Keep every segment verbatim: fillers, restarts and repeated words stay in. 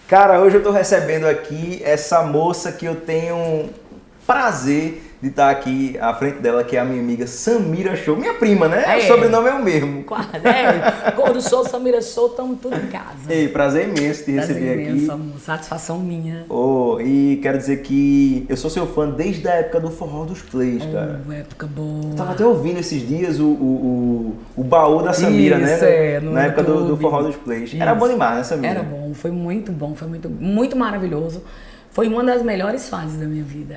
Cara, hoje eu tô recebendo aqui essa moça que eu tenho prazer de estar aqui à frente dela, que é a minha amiga Samira Show. Minha prima, né? É. O sobrenome é o mesmo. Quase, é. Gordo Show, Samira Show, estamos tudo em casa. Ei, prazer imenso te prazer receber imenso, aqui. Amor. Satisfação minha. Oh, e quero dizer que eu sou seu fã desde a época do Forró dos Plays, oh, cara. Época boa. Eu tava até ouvindo esses dias o, o, o, o baú da Samira, Isso, né? É, no Na época do, do Forró dos Plays. Isso. Era bom demais, né, Samira? Era bom, foi muito bom, foi muito, muito maravilhoso. Foi uma das melhores fases da minha vida.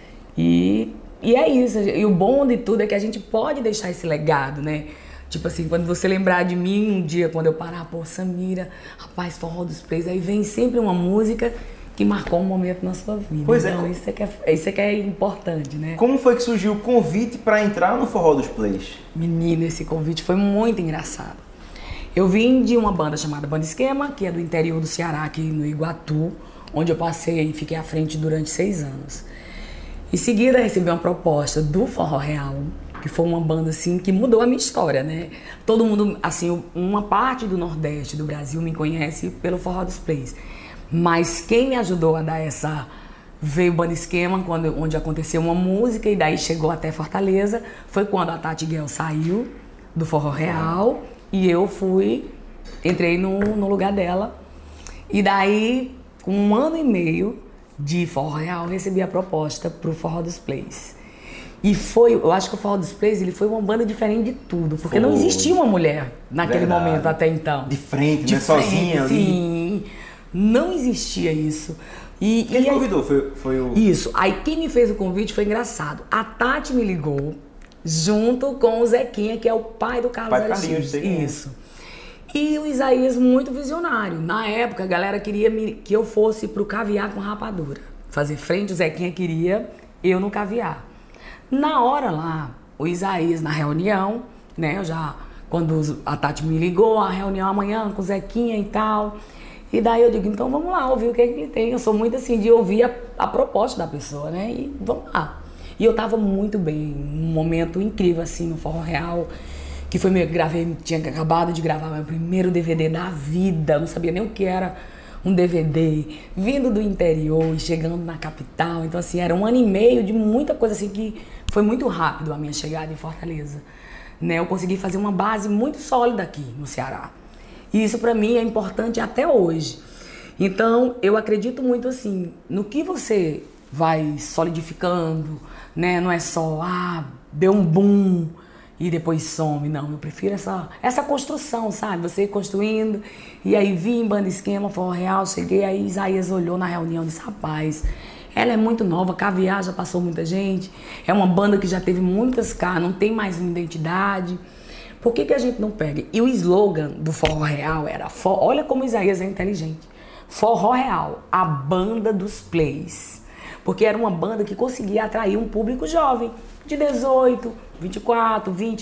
E, e é isso. E o bom de tudo é que a gente pode deixar esse legado, né? Tipo assim, quando você lembrar de mim um dia, quando eu parar, pô, Samira, rapaz, Forró dos Plays, aí vem sempre uma música que marcou um momento na sua vida. Pois então, é. isso é que é, isso é que é importante, né? Como foi que surgiu o convite para entrar no Forró dos Plays? Menina, esse convite foi muito engraçado. Eu vim de uma banda chamada Banda Esquema, que é do interior do Ceará, aqui no Iguatu, onde eu passei e fiquei à frente durante seis anos. Em seguida, recebi uma proposta do Forró Real, que foi uma banda, assim, que mudou a minha história, né? Todo mundo, assim, uma parte do Nordeste do Brasil me conhece pelo Forró dos Plays. Mas quem me ajudou a dar essa... Veio Banda Esquema, quando, onde aconteceu uma música, e daí chegou até Fortaleza. Foi quando a Tati Guel saiu do Forró Real, e eu fui, entrei no, no lugar dela. E daí, com um ano e meio de Forró Real, eu recebi a proposta pro Forró dos Plays. E foi, eu acho que o Forró dos Plays, ele foi uma banda diferente de tudo, porque foi. Não existia uma mulher naquele Verdade. momento até então. De frente, de né? Frente, Sozinha ali. Sim, não existia isso. E, quem e te aí, convidou? Foi, foi o... Isso, aí quem me fez o convite foi engraçado. A Tati me ligou, junto com o Zequinha, que é o pai do Carlos Pai Aristides. Carlinhos, Isso. E o Isaías, muito visionário. Na época, a galera queria me, que eu fosse pro Caviar com Rapadura. Fazer frente, o Zequinha queria eu no Caviar. Na hora lá, o Isaías, na reunião, né, eu já, quando a Tati me ligou, a reunião amanhã com o Zequinha e tal, e daí eu digo, então vamos lá, ouvir o que, é que ele tem. Eu sou muito assim, de ouvir a, a proposta da pessoa, né, e vamos lá. E eu tava muito bem, um momento incrível, assim, no Forró Real, que foi meu, gravei, tinha acabado de gravar meu primeiro D V D da vida, não sabia nem o que era um D V D, vindo do interior e chegando na capital. Então, assim, era um ano e meio de muita coisa, assim, que foi muito rápido a minha chegada em Fortaleza, né? Eu consegui fazer uma base muito sólida aqui no Ceará. E isso, pra mim, é importante até hoje. Então, eu acredito muito, assim, no que você vai solidificando, né? Não é só, ah, deu um boom e depois some. Não, eu prefiro essa, essa construção, sabe? Você ir construindo. E aí vim, Banda Esquema, Forró Real, cheguei, aí Isaías olhou na reunião e disse, rapaz, ela é muito nova, Caviar já passou muita gente, é uma banda que já teve muitas caras, não tem mais uma identidade. Por que que a gente não pega? E o slogan do Forró Real era, for... olha como Isaías é inteligente, Forró Real, a banda dos plays. Porque era uma banda que conseguia atrair um público jovem, de dezoito, vinte e quatro, vinte,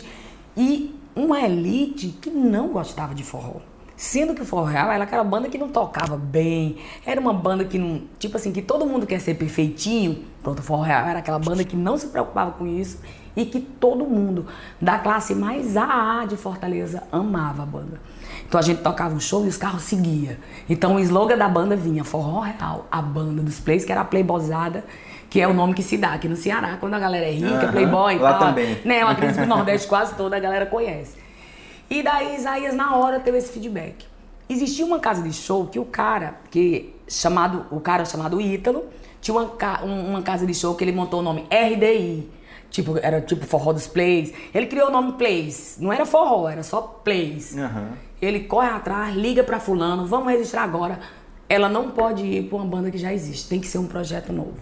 e uma elite que não gostava de forró. Sendo que o Forró Real era aquela banda que não tocava bem, era uma banda que não, tipo assim, que todo mundo quer ser perfeitinho. Pronto, o Forró Real era aquela banda que não se preocupava com isso e que todo mundo da classe mais A A de Fortaleza amava a banda. Então a gente tocava um show e os carros seguiam. Então o slogan da banda vinha Forró Real, a banda dos plays, que era a Playboyzada, que é o nome que se dá aqui no Ceará, quando a galera é rica, uhum, playboy e lá tal. Também. Né, eu acredito que o Nordeste quase toda a galera conhece. E daí Isaías na hora teve esse feedback. Existia uma casa de show que o cara, que chamado, o cara chamado Ítalo, tinha uma, uma casa de show que ele montou o nome R D I. Tipo, era tipo Forró dos Plays. Ele criou o nome Plays. Não era forró, era só Plays. Uhum. Ele corre atrás, liga pra fulano, vamos registrar agora. Ela não pode ir pra uma banda que já existe, tem que ser um projeto novo.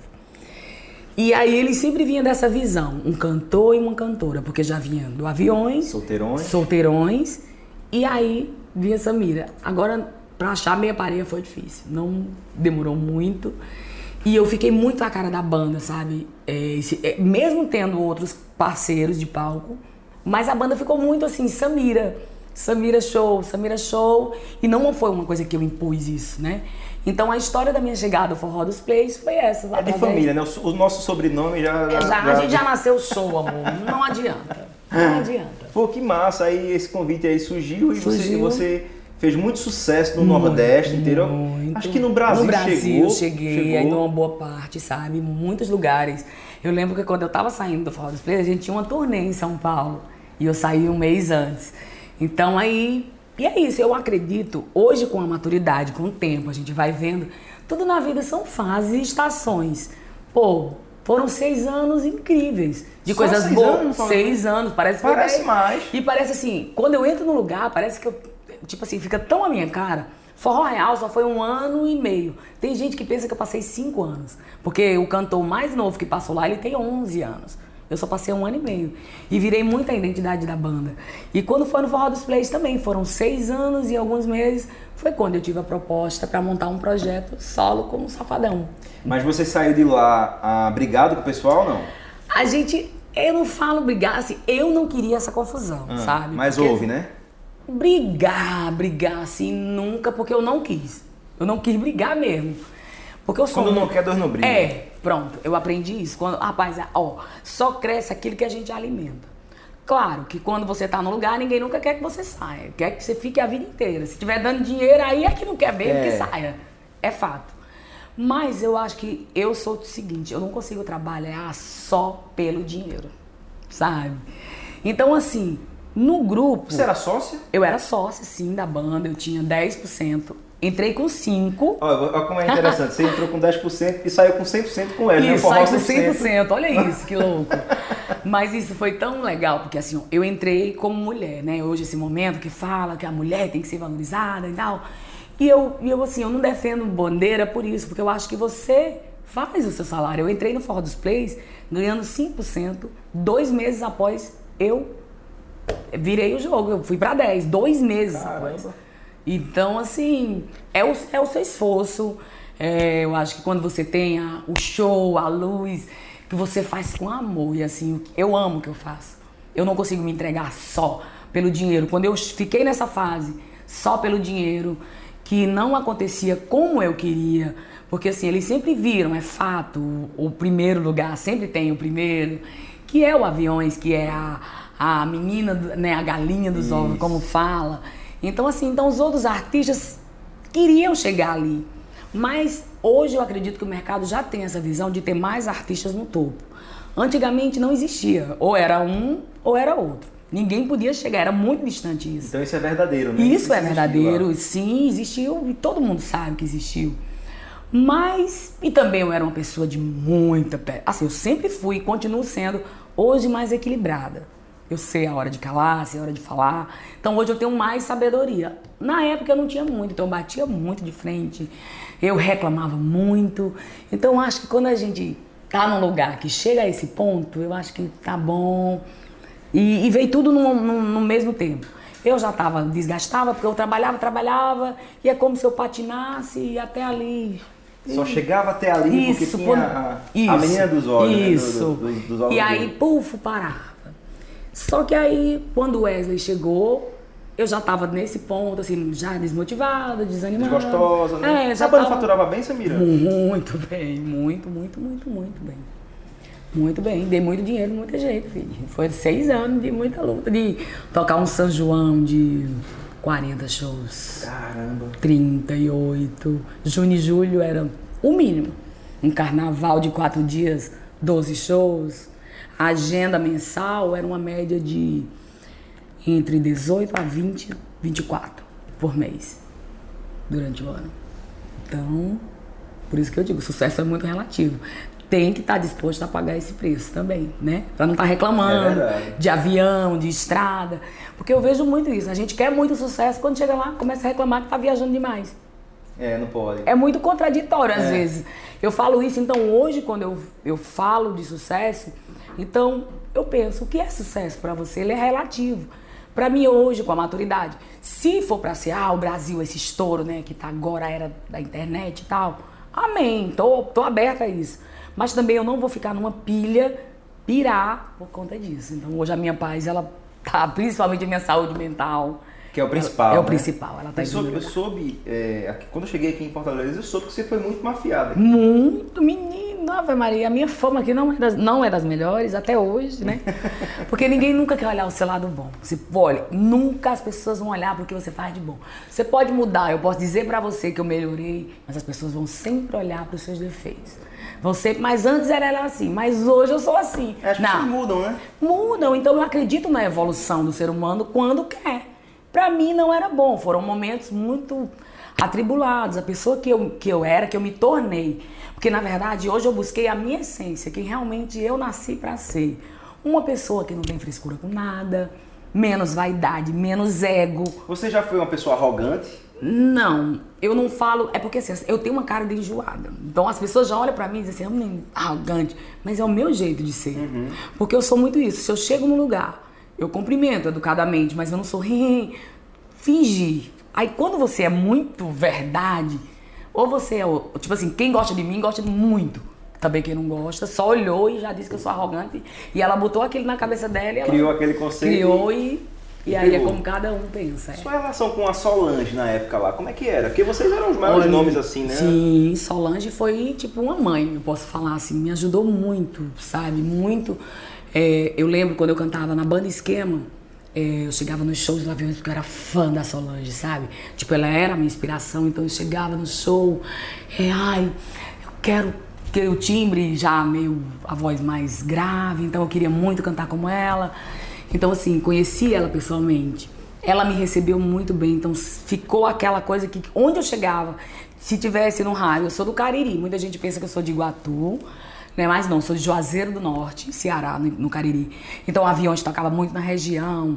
E aí ele sempre vinha dessa visão, um cantor e uma cantora, porque já vinha do Aviões, Solteirões, solteirões e aí vinha Samira. Agora, pra achar meia pareia foi difícil, não demorou muito. E eu fiquei muito a cara da banda, sabe? É, esse, é, mesmo tendo outros parceiros de palco, mas a banda ficou muito assim, Samira. Samira Show, Samira Show. E não foi uma coisa que eu impus isso, né? Então a história da minha chegada ao Forró dos Plays foi essa. É de família, né? O, o nosso sobrenome já... já, já, já... já... A gente já nasceu show, amor. Não adianta. Não adianta. Pô, que massa. Aí esse convite aí surgiu e surgiu. você... você fez muito sucesso no muito, Nordeste inteiro. Muito. Acho que no Brasil, no Brasil chegou. cheguei, chegou. aí numa boa parte, sabe? Muitos lugares. Eu lembro que quando eu tava saindo do Forró dos Players, a gente tinha uma turnê em São Paulo. E eu saí um mês antes. Então aí... E é isso, eu acredito, hoje com a maturidade, com o tempo, a gente vai vendo, tudo na vida são fases e estações. Pô, foram seis anos incríveis, de Só coisas seis boas. Anos, seis anos, parece que Parece foi mais. E parece assim, quando eu entro no lugar, parece que eu, tipo assim, fica tão a minha cara. Forró Real só foi um ano e meio. Tem gente que pensa que eu passei cinco anos, porque o cantor mais novo que passou lá, ele tem onze anos. Eu só passei um ano e meio. E virei muito a identidade da banda. E quando foi no Forró dos Players também, foram seis anos e alguns meses, foi quando eu tive a proposta para montar um projeto solo como Safadão. Mas você saiu de lá ah, brigado com o pessoal ou não? A gente, eu não falo brigar, assim, eu não queria essa confusão, ah, sabe? Mas porque, houve, né? Brigar, brigar assim, nunca, porque eu não quis. Eu não quis brigar mesmo. Porque eu sou Quando um... não quer, Deus não briga. É, pronto, eu aprendi isso. Quando, rapaz, ó, só cresce aquilo que a gente alimenta. Claro que quando você tá no lugar, ninguém nunca quer que você saia. Quer que você fique a vida inteira. Se tiver dando dinheiro, aí é que não quer mesmo é. que saia. É fato. Mas eu acho que eu sou o seguinte, eu não consigo trabalhar só pelo dinheiro, sabe? Então, assim, no grupo... Você era sócia? Eu era sócia, sim, da banda. Eu tinha dez por cento. Entrei com cinco. Olha, olha como é interessante. Você entrou com dez por cento e saiu com cem por cento com ele, isso, né? Saiu com cem por cento. Olha isso, que louco. Mas isso foi tão legal, porque assim, eu entrei como mulher, né? Hoje, esse momento que fala que a mulher tem que ser valorizada e tal. E eu, e eu assim, eu não defendo bandeira por isso, porque eu acho que você faz o seu salário. Eu entrei no Forró dos Plays ganhando cinco por cento, dois meses após eu virei o jogo. Eu fui pra dez, dois meses Caramba. após. Então, assim, é o, é o seu esforço. É, eu acho que quando você tem a, o show, a luz, que você faz com amor. E assim, eu amo o que eu faço. Eu não consigo me entregar só pelo dinheiro. Quando eu fiquei nessa fase, só pelo dinheiro, que não acontecia como eu queria. Porque assim, eles sempre viram, é fato, o, o primeiro lugar, sempre tem o primeiro, que é o Aviões, que é a, a menina, né, a galinha dos Isso. ovos, como fala. Então, assim, então os outros artistas queriam chegar ali. Mas hoje eu acredito que o mercado já tem essa visão de ter mais artistas no topo. Antigamente não existia. Ou era um ou era outro. Ninguém podia chegar, era muito distante isso. Então isso é verdadeiro, né? Isso, isso é existiu, verdadeiro, lá. Sim, existiu e todo mundo sabe que existiu. Mas, e também eu era uma pessoa de muita... Assim, eu sempre fui e continuo sendo hoje mais equilibrada. Eu sei a hora de calar, sei a hora de falar. Então hoje eu tenho mais sabedoria. Na época eu não tinha muito, então eu batia muito de frente. Eu reclamava muito. Então eu acho que quando a gente tá num lugar que chega a esse ponto, eu acho que tá bom. E, e veio tudo no, no, no mesmo tempo. Eu já tava desgastava, porque eu trabalhava, trabalhava. E é como se eu patinasse e até ali... Só chegava até ali isso, porque tinha quando... a, isso, a menina dos olhos, isso. Né? Do, do, dos olhos e aí, dele. puf, parava. Só que aí, quando o Wesley chegou, eu já tava nesse ponto, assim, já desmotivada, desanimada. Desgostosa, né? É, já a banda tava... faturava bem, Samira? Muito bem, muito, muito, muito, muito bem. Muito bem, dei muito dinheiro de muita gente, filho. Foi seis anos de muita luta, de tocar um São João de quarenta shows. Caramba. trinta e oito. Junho e julho era o mínimo. Um carnaval de quatro dias, doze shows. A agenda mensal era uma média de entre dezoito a vinte, vinte e quatro por mês durante o ano. Então, por isso que eu digo, o sucesso é muito relativo. Tem que estar disposto a pagar esse preço também, né? Pra não estar reclamando é de avião, de estrada. Porque eu vejo muito isso. A gente quer muito sucesso, quando chega lá, começa a reclamar que tá viajando demais. É, não pode. É muito contraditório, às é. vezes. Eu falo isso, então hoje, quando eu, eu falo de sucesso, então eu penso, o que é sucesso pra você? Ele é relativo. Pra mim hoje, com a maturidade, se for pra ser, ah, o Brasil, esse estouro, né, que tá agora a era da internet e tal, amém, tô, tô aberta a isso. Mas também eu não vou ficar numa pilha, pirar por conta disso. Então hoje a minha paz, ela tá, principalmente a minha saúde mental. Que é o principal, É, é o né? principal, ela tá eu soube, eu soube é, quando eu cheguei aqui em Fortaleza, eu soube que você foi muito mafiada. Muito, menino. Ave Maria, a minha fama aqui não é, das, não é das melhores, até hoje, né? Porque ninguém nunca quer olhar o seu lado bom. Você, olha, nunca as pessoas vão olhar para o que você faz de bom. Você pode mudar, eu posso dizer para você que eu melhorei, mas as pessoas vão sempre olhar para os seus defeitos. Vão sempre, mas antes era assim, mas hoje eu sou assim. As pessoas mudam, né? Mudam, então eu acredito na evolução do ser humano quando quer. Para mim não era bom, foram momentos muito atribulados, a pessoa que eu, que eu era, que eu me tornei. Porque, na verdade, hoje eu busquei a minha essência, que realmente eu nasci para ser. Uma pessoa que não tem frescura com nada, menos vaidade, menos ego. Você já foi uma pessoa arrogante? Não, eu não falo... É porque, assim, eu tenho uma cara de enjoada. Então, as pessoas já olham para mim e dizem assim, eu não arrogante, mas é o meu jeito de ser. Uhum. Porque eu sou muito isso. Se eu chego num lugar, eu cumprimento educadamente, mas eu não sou fingir. Aí quando você é muito verdade, ou você é, tipo assim, quem gosta de mim gosta muito. Também quem não gosta, só olhou e já disse que eu sou arrogante. E ela botou aquilo na cabeça dela e ela criou aquele conceito. Criou e, e, e aí pegou. É como cada um pensa. É. Sua relação com a Solange na época lá, como é que era? Porque vocês eram os maiores Olha, nomes assim, né? Sim, Solange foi tipo uma mãe, eu posso falar assim, me ajudou muito, sabe? Muito. É, eu lembro quando eu cantava na Banda Esquema, É, eu chegava nos shows do Aviões porque eu era fã da Solange, sabe? Tipo, ela era a minha inspiração, então eu chegava no show, é, ai, eu quero ter o timbre já meio, a voz mais grave, então eu queria muito cantar como ela. Então, assim, conheci ela pessoalmente. Ela me recebeu muito bem, então ficou aquela coisa que onde eu chegava, se tivesse no rádio, eu sou do Cariri, muita gente pensa que eu sou de Iguatu, né? Mas não, sou de Juazeiro do Norte, Ceará, no, no Cariri. Então, Aviões tocava muito na região.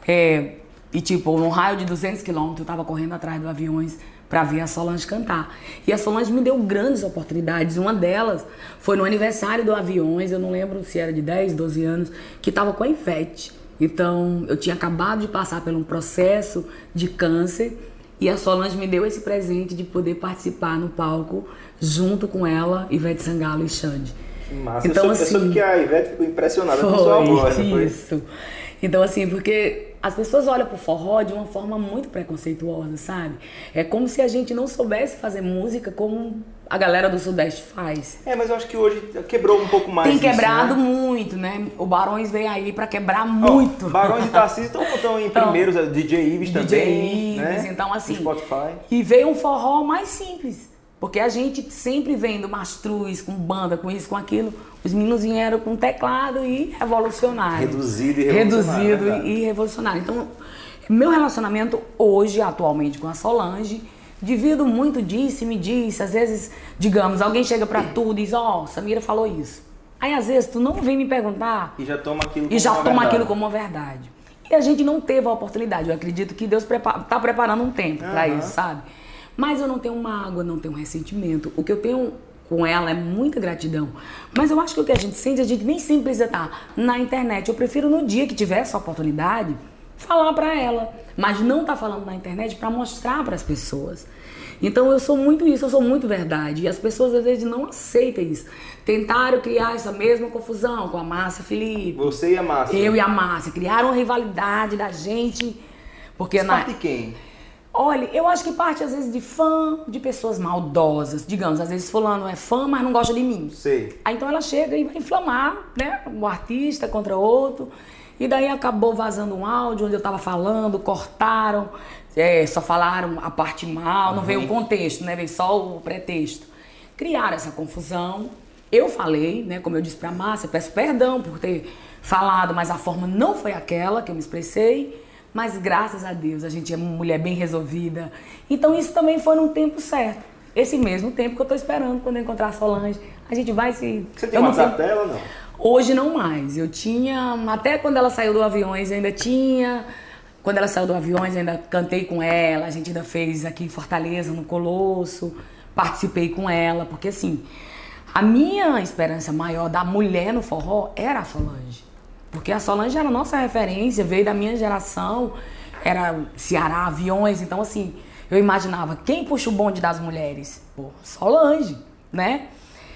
É, e, tipo, num raio de duzentos quilômetros, eu tava correndo atrás do Aviões pra ver a Solange cantar. E a Solange me deu grandes oportunidades. Uma delas foi no aniversário do Aviões, eu não lembro se era de dez, doze anos, que tava com a Ivete. Então, eu tinha acabado de passar por um processo de câncer e a Solange me deu esse presente de poder participar no palco junto com ela, Ivete Sangalo e Xande. Massa. Então, eu, soube, assim, eu soube que a Ivete ficou impressionada foi, com sua voz. Isso. Então, assim, porque as pessoas olham pro forró de uma forma muito preconceituosa, sabe? É como se a gente não soubesse fazer música como a galera do Sudeste faz. É, mas eu acho que hoje quebrou um pouco mais. Tem quebrado isso, né? muito, né? O Barões veio aí pra quebrar muito. Oh, Barões e Tarcísio estão em então, primeiros, D J Ives também. D J Ives, né? Então assim. Spotify. E veio um forró mais simples. Porque a gente sempre vem do mastruz, com banda, com isso, com aquilo. Os meninos vieram com teclado e revolucionário. Reduzido e revolucionário. Reduzido é e revolucionário. Então, meu relacionamento hoje, atualmente, com a Solange, divido muito disso e me disse. Às vezes, digamos, alguém chega pra tu e diz, ó, oh, Samira falou isso. Aí, às vezes, tu não vem me perguntar. E já toma aquilo como E já uma toma verdade. aquilo como uma verdade. E a gente não teve a oportunidade. Eu acredito que Deus prepara, tá preparando um tempo uhum. pra isso, sabe? Mas eu não tenho mágoa, não tenho ressentimento. O que eu tenho com ela é muita gratidão. Mas eu acho que o que a gente sente, a gente nem sempre precisa estar na internet. Eu prefiro no dia que tiver essa oportunidade, falar pra ela. Mas não estar falando na internet pra mostrar pras pessoas. Então eu sou muito isso, eu sou muito verdade. E as pessoas às vezes não aceitam isso. Tentaram criar essa mesma confusão com a Márcia Felipe. Você e a Márcia. Eu e a Márcia. Criaram uma rivalidade da gente. Porque Você na... parte de quem? Olha, eu acho que parte às vezes de fã, de pessoas maldosas. Digamos, às vezes fulano é fã, mas não gosta de mim. Sei. Aí então ela chega e vai inflamar, né? Um artista contra outro. E daí acabou vazando um áudio onde eu tava falando, cortaram, é, só falaram a parte mal, uhum. não veio o contexto, né? Veio só o pretexto. Criaram essa confusão. Eu falei, né? Como eu disse pra Márcia, peço perdão por ter falado, mas a forma não foi aquela que eu me expressei. Mas graças a Deus, a gente é uma mulher bem resolvida. Então isso também foi num tempo certo. Esse mesmo tempo que eu tô esperando quando eu encontrar a Solange. A gente vai se... Você tem WhatsApp dela ou não? Hoje não mais. Eu tinha... Até quando ela saiu do Aviões eu ainda tinha. Quando ela saiu do Aviões eu ainda cantei com ela. A gente ainda fez aqui em Fortaleza, no Colosso. Participei com ela. Porque assim, a minha esperança maior da mulher no forró era a Solange. Porque a Solange era a nossa referência, veio da minha geração, era Ceará, Aviões, então assim, eu imaginava, quem puxa o bonde das mulheres? Pô, Solange, né?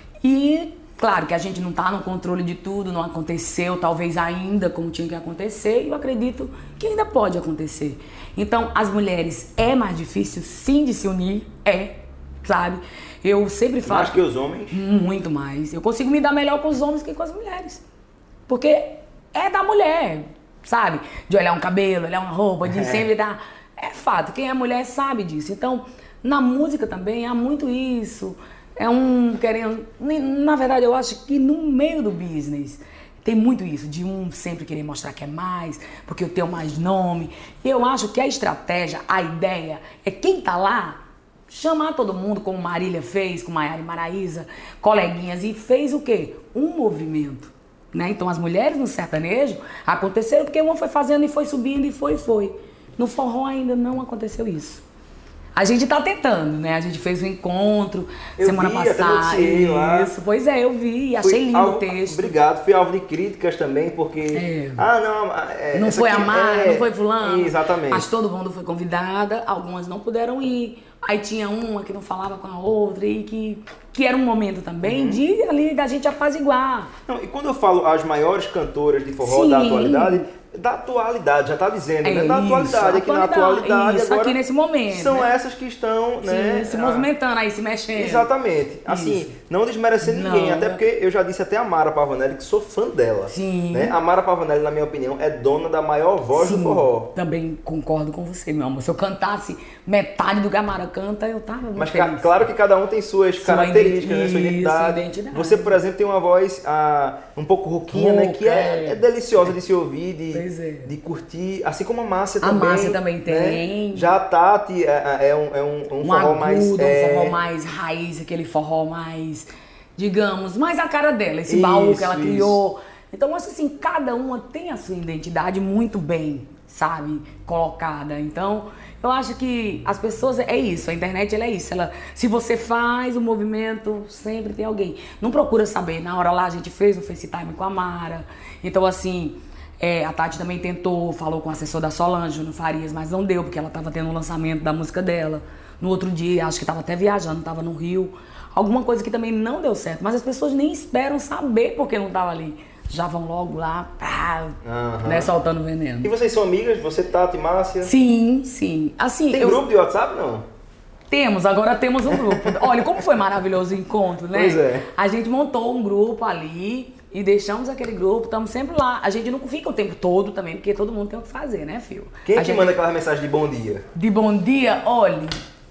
E claro que a gente não tá no controle de tudo, não aconteceu talvez ainda como tinha que acontecer, e eu acredito que ainda pode acontecer. Então, as mulheres é mais difícil sim de se unir, é, sabe? Eu sempre falo... Mais que os homens? Muito mais. Eu consigo me dar melhor com os homens que com as mulheres. Porque é da mulher, sabe? De olhar um cabelo, olhar uma roupa, de sempre dar... É fato, quem é mulher sabe disso. Então, na música também há muito isso. É um querendo... Na verdade, eu acho que no meio do business tem muito isso, de um sempre querer mostrar que é mais, porque eu tenho mais nome. E eu acho que a estratégia, a ideia, é quem tá lá chamar todo mundo, como Marília fez, com Maiara e Maraísa, coleguinhas, e fez o quê? Um movimento. Né? Então, as mulheres no sertanejo aconteceram porque uma foi fazendo e foi subindo e foi e foi. No forró ainda não aconteceu isso. A gente tá tentando, né? A gente fez um encontro eu semana vi, passada. Isso, lá. Pois é, eu vi, achei lindo alvo, o texto. Obrigado, fui alvo de críticas também, porque... É. Ah, não... É, não foi a Mara, é, não foi fulano. Exatamente. Mas todo mundo foi convidada, algumas não puderam ir. Aí tinha uma que não falava com a outra e que, que era um momento também uhum. de ali da gente apaziguar. Não, e quando eu falo as maiores cantoras de forró Sim. da atualidade... Da atualidade, já está dizendo, é né? Da isso, atualidade, aqui na atualidade isso, agora aqui nesse momento. São né? essas que estão, Sim, né? se movimentando aí, se mexendo. Exatamente. Assim, isso. Não desmerecendo não, ninguém, até porque eu já disse até a Mara Pavanelli que sou fã dela. Sim. Né? A Mara Pavanelli, na minha opinião, é dona da maior voz Sim, do forró. Também concordo com você, meu amor. Se eu cantasse metade do que a Mara canta, eu tava muito Mas feliz. Claro que cada um tem suas sua características, né? Sua isso, identidade. identidade. Você, por exemplo, tem uma voz ah, um pouco rouquinha, né? Que é, é deliciosa de se ouvir, de, é. de curtir. Assim como a Márcia a também. A Márcia também tem. Né? Já a Tati é, é um, é um, um, um forró agudo, mais... Um é... forró mais raiz, aquele forró mais, digamos, mais a cara dela. Esse isso, baú que ela isso. criou. Então, eu acho assim, cada uma tem a sua identidade muito bem, sabe? Colocada. Então... Eu acho que as pessoas, é isso, a internet ela é isso, ela, se você faz o movimento, sempre tem alguém. Não procura saber, na hora lá a gente fez um FaceTime com a Mara, então assim, é, a Tati também tentou, falou com o assessor da Solange, Júnior Farias, mas não deu, porque ela estava tendo o lançamento da música dela. No outro dia, acho que estava até viajando, estava no Rio, alguma coisa que também não deu certo, mas as pessoas nem esperam saber porque não estava ali. Já vão logo lá, pá, uhum. né, soltando veneno. E vocês são amigas? Você, Tati e Márcia? Sim, sim. Assim, tem eu... grupo de WhatsApp, não? Temos, agora temos um grupo. Olha, como foi maravilhoso o encontro, né? Pois é. A gente montou um grupo ali e deixamos aquele grupo, estamos sempre lá. A gente não fica o tempo todo também, porque todo mundo tem o que fazer, né, filho? Quem a é que gente... manda aquela mensagem de bom dia? De bom dia? Olha...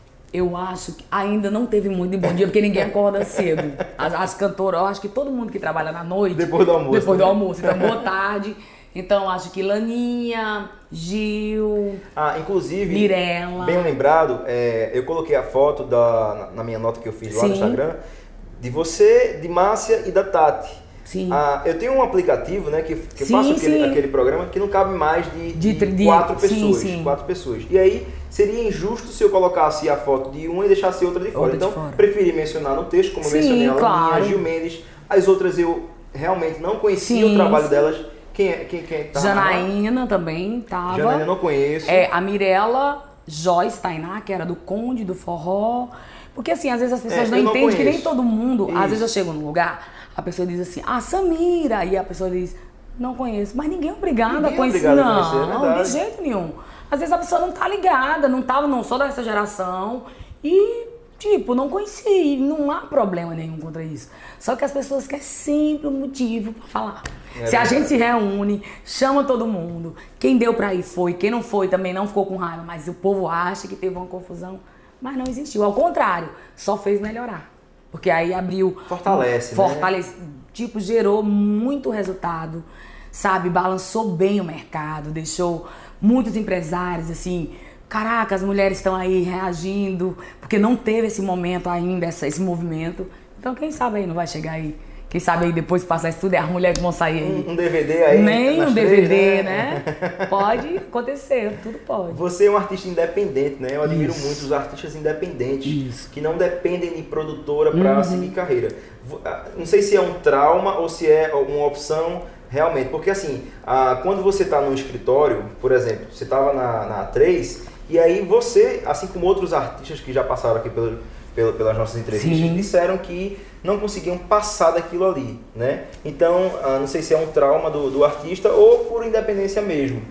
Eu acho que ainda não teve muito de bom dia, porque ninguém acorda cedo. As, as cantoras, eu acho que todo mundo que trabalha na noite... Depois do almoço. Depois né? do almoço. Então, boa tarde. Então, acho que Laninha, Gil... Ah, inclusive... Mirella. Bem lembrado, é, eu coloquei a foto da, na minha nota que eu fiz lá Sim. no Instagram, de você, de Márcia e da Tati. Sim. Ah, eu tenho um aplicativo, né, que, que eu sim, faço aquele, sim. aquele programa que não cabe mais de, de, de quatro de, pessoas. Sim, sim. Quatro pessoas. E aí seria injusto se eu colocasse a foto de uma e deixasse outra de fora. Outra então, de fora. preferi mencionar no texto, como sim, eu mencionei a claro. Laninha, Gil Mendes. As outras eu realmente não conhecia sim, o trabalho sim. delas. Quem é? Quem, quem tava Janaína lá? também tava. Janaína eu não conheço. É, a Mirella Joyce Tainá, que era do Conde, do Forró. Porque assim, às vezes as pessoas é, não, não entendem conheço. que nem todo mundo... Isso. Às vezes eu chego num lugar, a pessoa diz assim, ah, Samira. E a pessoa diz, não conheço. Mas ninguém é obrigado ninguém a conhecer. É não, a conhecer, é de jeito nenhum. Às vezes a pessoa não tá ligada, não tava, não sou dessa geração. E, tipo, não conheci. Não há problema nenhum contra isso. Só que as pessoas querem sempre um motivo pra falar. É se verdade. A gente se reúne, chama todo mundo. Quem deu pra ir foi, quem não foi também não ficou com raiva. Mas o povo acha que teve uma confusão. Mas não existiu. Ao contrário, só fez melhorar. Porque aí abriu... Fortalece, Fortalece, né? Tipo, gerou muito resultado, sabe? Balançou bem o mercado, deixou muitos empresários, assim... Caraca, as mulheres estão aí reagindo, porque não teve esse momento ainda, essa, esse movimento. Então, quem sabe aí não vai chegar aí. Quem sabe aí depois de passar isso tudo, é as mulheres que vão sair aí. Um, um D V D aí. Nem um D V D, três, né? né? Pode acontecer, tudo pode. Você é um artista independente, né? Eu admiro Isso. muito os artistas independentes. Isso. Que não dependem de produtora para uhum. seguir carreira. Não sei se é um trauma ou se é uma opção realmente. Porque assim, quando você está num escritório, por exemplo, você estava na, na A três, e aí você, assim como outros artistas que já passaram aqui pelo, pelo, pelas nossas entrevistas, Sim. disseram que não conseguiam passar daquilo ali, né? Então, não sei se é um trauma do, do artista ou por independência mesmo.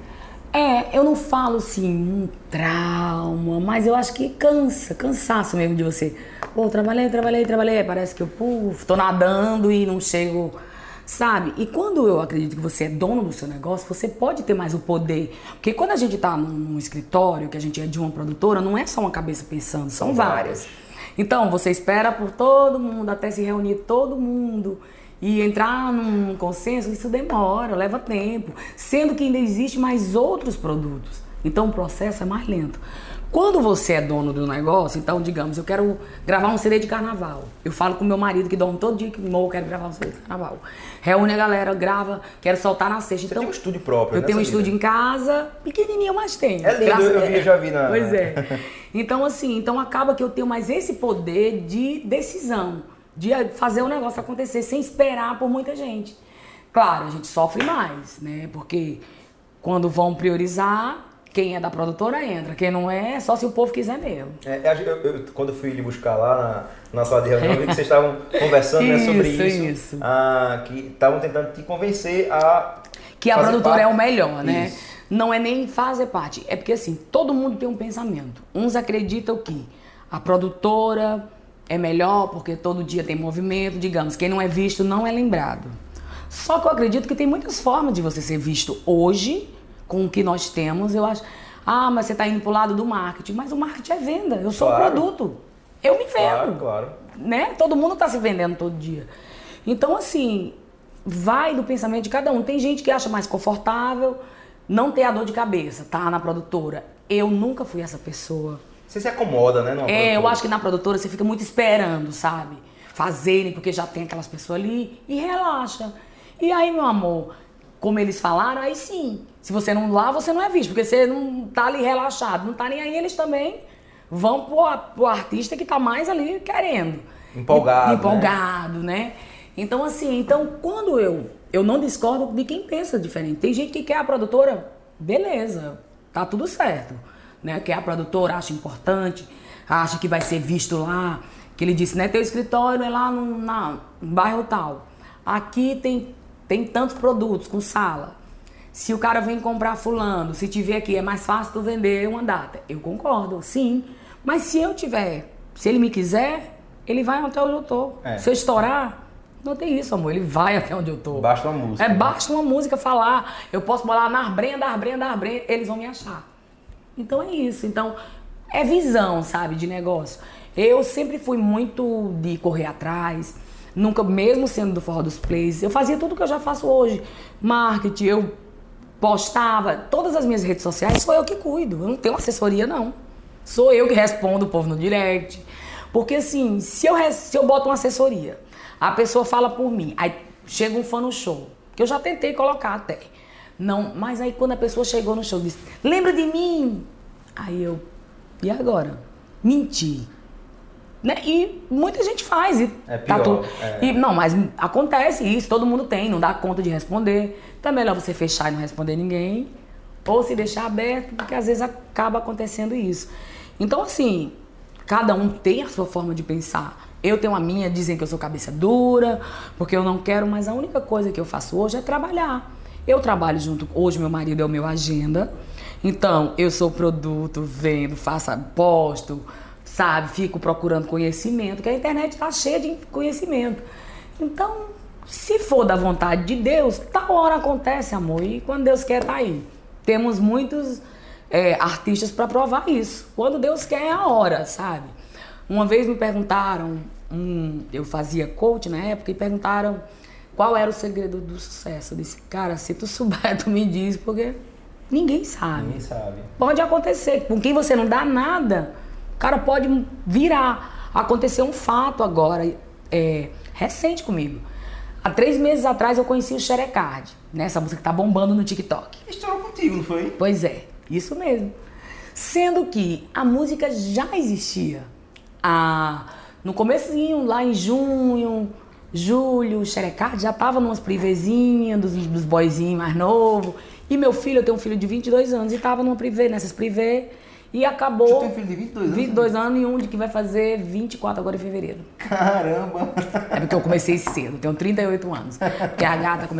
É, eu não falo assim, um trauma, mas eu acho que cansa, cansaço mesmo de você. Pô, trabalhei, trabalhei, trabalhei, parece que eu, puf, tô nadando e não chego, sabe? E quando eu acredito que você é dono do seu negócio, você pode ter mais o poder. Porque quando a gente tá num, num escritório, que a gente é de uma produtora, não é só uma cabeça pensando, são várias. Então, você espera por todo mundo, até se reunir todo mundo e entrar num consenso, isso demora, leva tempo. Sendo que ainda existe mais outros produtos. Então, o processo é mais lento. Quando você é dono do negócio, então, digamos, eu quero gravar um C D de carnaval. Eu falo com meu marido que dorme todo dia que eu quero gravar um C D de carnaval. Reúne a galera, grava, quero soltar na sexta. Você então, tem um estúdio próprio, Eu né, tenho um Samira? estúdio em casa, pequenininho, mas tenho. É lindo, Graças- eu, eu já vi na... Pois é. Então, assim, então acaba que eu tenho mais esse poder de decisão, de fazer o negócio acontecer sem esperar por muita gente. Claro, a gente sofre mais, né? Porque quando vão priorizar, quem é da produtora entra. Quem não é, só se o povo quiser mesmo. É, eu, eu, quando eu fui lhe buscar lá na, na sala de reunião, eu vi que vocês estavam conversando, né, sobre Isso, isso. isso. Ah, que estavam tentando te convencer a Que a fazer produtora parte. é o melhor, né? Isso. Não é nem fazer parte. É porque, assim, todo mundo tem um pensamento. Uns acreditam que a produtora é melhor porque todo dia tem movimento. Digamos, quem não é visto não é lembrado. Só que eu acredito que tem muitas formas de você ser visto hoje, com o que nós temos. Eu acho, ah, mas você está indo pro lado do marketing. Mas o marketing é venda. Eu sou Claro. um produto. Eu me vendo. Claro, claro. Né? Todo mundo está se vendendo todo dia. Então, assim, vai do pensamento de cada um. Tem gente que acha mais confortável não ter a dor de cabeça, tá? Na produtora. Eu nunca fui essa pessoa. Você se acomoda, né? numa É, eu produtora. acho que na produtora você fica muito esperando, sabe? Fazerem, porque já tem aquelas pessoas ali e relaxa. E aí, meu amor, como eles falaram, aí sim. Se você não lá, você não é visto, porque você não tá ali relaxado, não tá nem aí, eles também vão pro, pro artista que tá mais ali querendo. Empolgado, E- Empolgado, né? Então, assim, então quando eu, eu não discordo de quem pensa diferente. Tem gente que quer a produtora, beleza, tá tudo certo. Né? Quer a produtora, acha importante, acha que vai ser visto lá. Que ele disse, né? Teu escritório é lá no, na, no bairro tal. Aqui tem, tem tantos produtos com sala. Se o cara vem comprar fulano, se tiver aqui, é mais fácil tu vender uma data. Eu concordo, sim. Mas se eu tiver, se ele me quiser, ele vai até onde eu tô. É. Se eu estourar, não tem isso, amor. Ele vai até onde eu tô. Basta uma música. É, né? basta uma música falar. Eu posso bolar na Arbrenha, da Arbrenha, da Arbrenha, eles vão me achar. Então é isso. Então, é visão, sabe, de negócio. Eu sempre fui muito de correr atrás. Nunca, mesmo sendo do Forró dos Plays, eu fazia tudo que eu já faço hoje. Marketing, eu postava. Todas as minhas redes sociais sou eu que cuido. Eu não tenho assessoria, não. Sou eu que respondo o povo no direct. Porque assim, se eu, res- se eu boto uma assessoria, a pessoa fala por mim, aí chega um fã no show, que eu já tentei colocar até. Não, mas aí quando a pessoa chegou no show, disse, lembra de mim? Aí eu, e agora? Menti. Né? E muita gente faz. E É tá pior, tudo- é. E, não, mas acontece isso, todo mundo tem, não dá conta de responder. Então é melhor você fechar e não responder ninguém, ou se deixar aberto, porque às vezes acaba acontecendo isso. Então, assim, cada um tem a sua forma de pensar. Eu tenho a minha, dizem que eu sou cabeça dura, porque eu não quero, mas a única coisa que eu faço hoje é trabalhar. Eu trabalho junto, hoje meu marido é o meu agenda, então eu sou produto, vendo, faço, posto, sabe, fico procurando conhecimento, que a internet está cheia de conhecimento. Então, se for da vontade de Deus, tal hora acontece, amor, e quando Deus quer, tá aí. Temos muitos é, artistas para provar isso. Quando Deus quer, é a hora, sabe? Uma vez me perguntaram, um, eu fazia coach na época, e perguntaram qual era o segredo do sucesso. Eu disse, cara, se tu souber, tu me diz, porque ninguém sabe. Ninguém sabe. Pode acontecer. Com quem você não dá nada, o cara pode virar. Aconteceu um fato agora, é, recente comigo. Há três meses atrás eu conheci o Xerecard, né? Essa música que tá bombando no TikTok. Estourou contigo, não foi? Pois é, isso mesmo. Sendo que a música já existia. Ah, no comecinho, lá em junho, julho, o Xerecard já tava numas privezinhas dos, dos boyzinhos mais novos. E meu filho, eu tenho um filho de vinte e dois anos, e tava numa privê, nessas privê. E acabou... Você tem um filho de vinte e dois anos? vinte e dois anos e um de que vai fazer vinte e quatro agora em fevereiro. Caramba! É porque eu comecei cedo, tenho trinta e oito anos. Porque a gata começou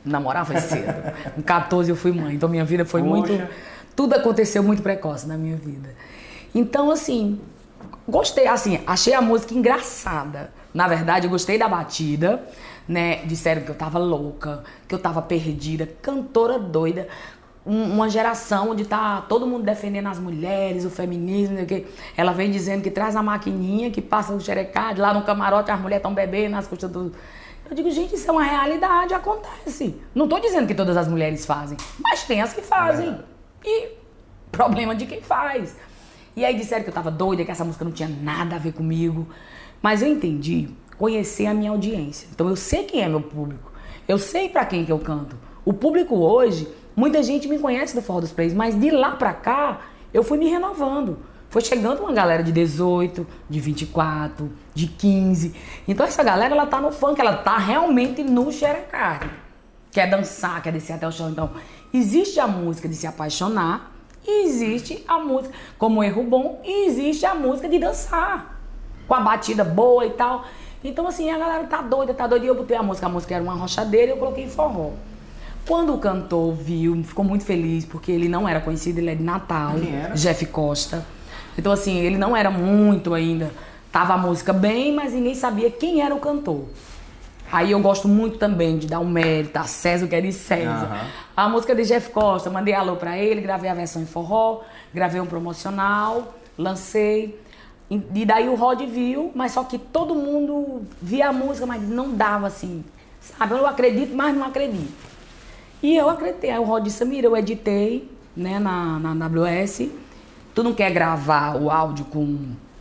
Namorar foi cedo. Com quatorze eu fui mãe, então minha vida foi Poxa. muito... Tudo aconteceu muito precoce na minha vida. Então, assim, gostei, assim, achei a música engraçada. Na verdade, eu gostei da batida, né? Disseram que eu tava louca, que eu tava perdida, cantora doida. Um, uma geração onde tá todo mundo defendendo as mulheres, o feminismo, não sei o quê. Ela vem dizendo que traz a maquininha, que passa o xerecade, lá no camarote as mulheres estão bebendo nas custas do... Eu digo, gente, isso é uma realidade, acontece. Não tô dizendo que todas as mulheres fazem, mas tem as que fazem. E problema de quem faz. E aí disseram que eu tava doida, que essa música não tinha nada a ver comigo. Mas eu entendi, conhecer a minha audiência. Então eu sei quem é meu público. Eu sei pra quem que eu canto. O público hoje, muita gente me conhece do Forró dos Plays, mas de lá pra cá, eu fui me renovando. Foi chegando uma galera de dezoito, de vinte e quatro, de quinze. Então essa galera, ela tá no funk, ela tá realmente no xerecard. Quer dançar, quer descer até o chão. Então, existe a música de se apaixonar e existe a música como Erro Bom e existe a música de dançar. Com a batida boa e tal. Então, assim, a galera tá doida, tá doida. E eu botei a música, a música era uma rochadeira e eu coloquei forró. Quando o cantor viu, ficou muito feliz, porque ele não era conhecido, ele é de Natal. Quem era? Jeff Costa. Então, assim, ele não era muito ainda. Tava a música bem, mas ninguém sabia quem era o cantor. Aí eu gosto muito também de dar um mérito a César, que é de César. Uhum. A música de Jeff Costa, mandei alô pra ele, gravei a versão em forró, gravei um promocional, lancei. E daí o Rod viu, mas só que todo mundo via a música, mas não dava assim. Sabe, eu acredito, mas não acredito. E eu acreditei. Aí o Rod disse, Samira, eu editei, né, na, na W S. Tu não quer gravar o áudio com...